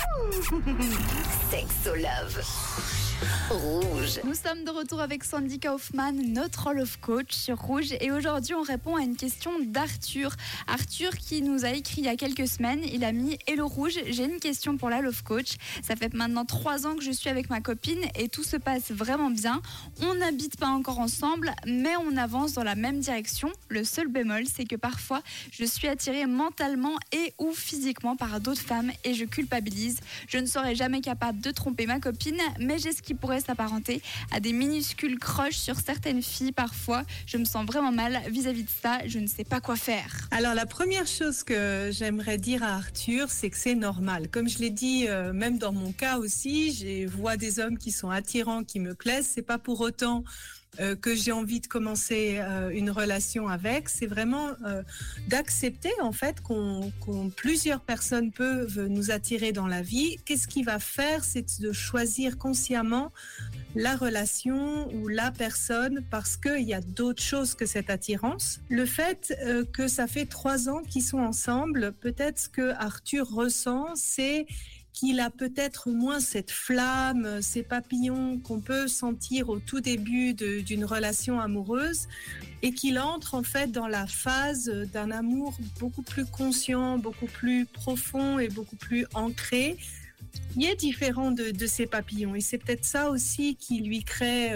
Sexo Love. Rouge. Nous sommes de retour avec Sandy Kaufman, notre Role of Coach sur Rouge. Et aujourd'hui, on répond à une question d'Arthur. Arthur qui nous a écrit il y a quelques semaines. Il a mis « Hello Rouge, j'ai une question pour la Love Coach. Ça fait maintenant 3 ans que je suis avec ma copine et tout se passe vraiment bien. On n'habite pas encore ensemble, mais on avance dans la même direction. Le seul bémol, c'est que parfois, je suis attirée mentalement et ou physiquement par d'autres femmes et je culpabilise. Je ne serai jamais capable de tromper ma copine, mais j'ai ce qui pourrait s'apparenter à des minuscules crushs sur certaines filles parfois. Je me sens vraiment mal vis-à-vis de ça. Je ne sais pas quoi faire. » Alors la première chose que j'aimerais dire à Arthur, c'est que c'est normal. Comme je l'ai dit, même dans mon cas aussi, je vois des hommes qui sont attirants, qui me plaisent. C'est pas pour autant que j'ai envie de commencer une relation avec. C'est vraiment d'accepter en fait qu'on plusieurs personnes peuvent nous attirer dans la vie. Qu'est-ce qui va faire, c'est de choisir consciemment la relation ou la personne parce qu'il y a d'autres choses que cette attirance. Le fait que ça fait 3 ans qu'ils sont ensemble, peut-être ce que Arthur ressent, c'est qu'il a peut-être moins cette flamme, ces papillons qu'on peut sentir au tout début d'une relation amoureuse et qu'il entre en fait dans la phase d'un amour beaucoup plus conscient, beaucoup plus profond et beaucoup plus ancré. Il est différent de ces papillons et c'est peut-être ça aussi qui lui crée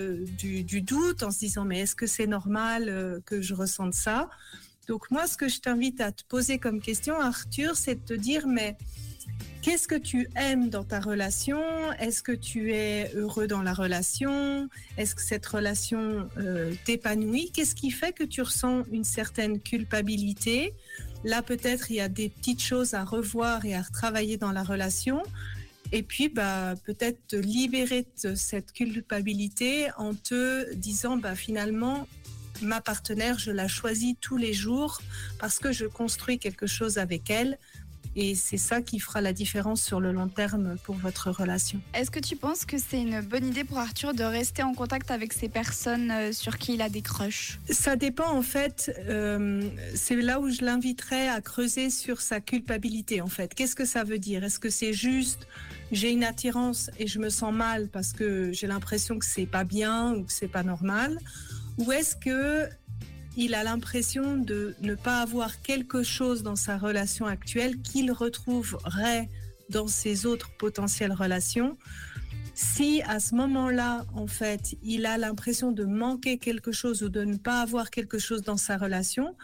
du doute en se disant mais est-ce que c'est normal que je ressente ça? Donc moi ce que je t'invite à te poser comme question Arthur, c'est de te dire mais qu'est-ce que tu aimes dans ta relation? Est-ce que tu es heureux dans la relation? Est-ce que cette relation t'épanouit? Qu'est-ce qui fait que tu ressens une certaine culpabilité? Là, peut-être, il y a des petites choses à revoir et à retravailler dans la relation. Et puis, peut-être te libérer de cette culpabilité en te disant, finalement, ma partenaire, je la choisis tous les jours parce que je construis quelque chose avec elle. Et c'est ça qui fera la différence sur le long terme pour votre relation. Est-ce que tu penses que c'est une bonne idée pour Arthur de rester en contact avec ces personnes sur qui il a des crushs? Ça dépend en fait, c'est là où je l'inviterais à creuser sur sa culpabilité en fait. Qu'est-ce que ça veut dire? Est-ce que c'est juste j'ai une attirance et je me sens mal parce que j'ai l'impression que c'est pas bien ou que c'est pas normal? Ou est-ce que il a l'impression de ne pas avoir quelque chose dans sa relation actuelle qu'il retrouverait dans ses autres potentielles relations. Si à ce moment-là, en fait, il a l'impression de manquer quelque chose ou de ne pas avoir quelque chose dans sa relation,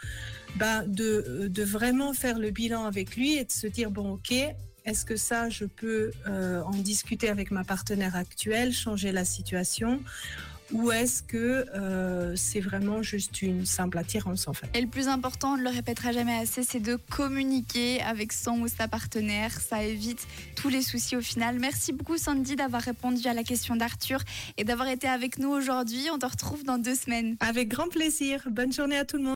de vraiment faire le bilan avec lui et de se dire, bon, ok, est-ce que ça, je peux en discuter avec ma partenaire actuelle, changer la situation ? Ou est-ce que c'est vraiment juste une simple attirance en fait? Et le plus important, on ne le répétera jamais assez, c'est de communiquer avec son ou sa partenaire. Ça évite tous les soucis au final. Merci beaucoup Sandy d'avoir répondu à la question d'Arthur et d'avoir été avec nous aujourd'hui. On te retrouve dans 2 semaines. Avec grand plaisir. Bonne journée à tout le monde.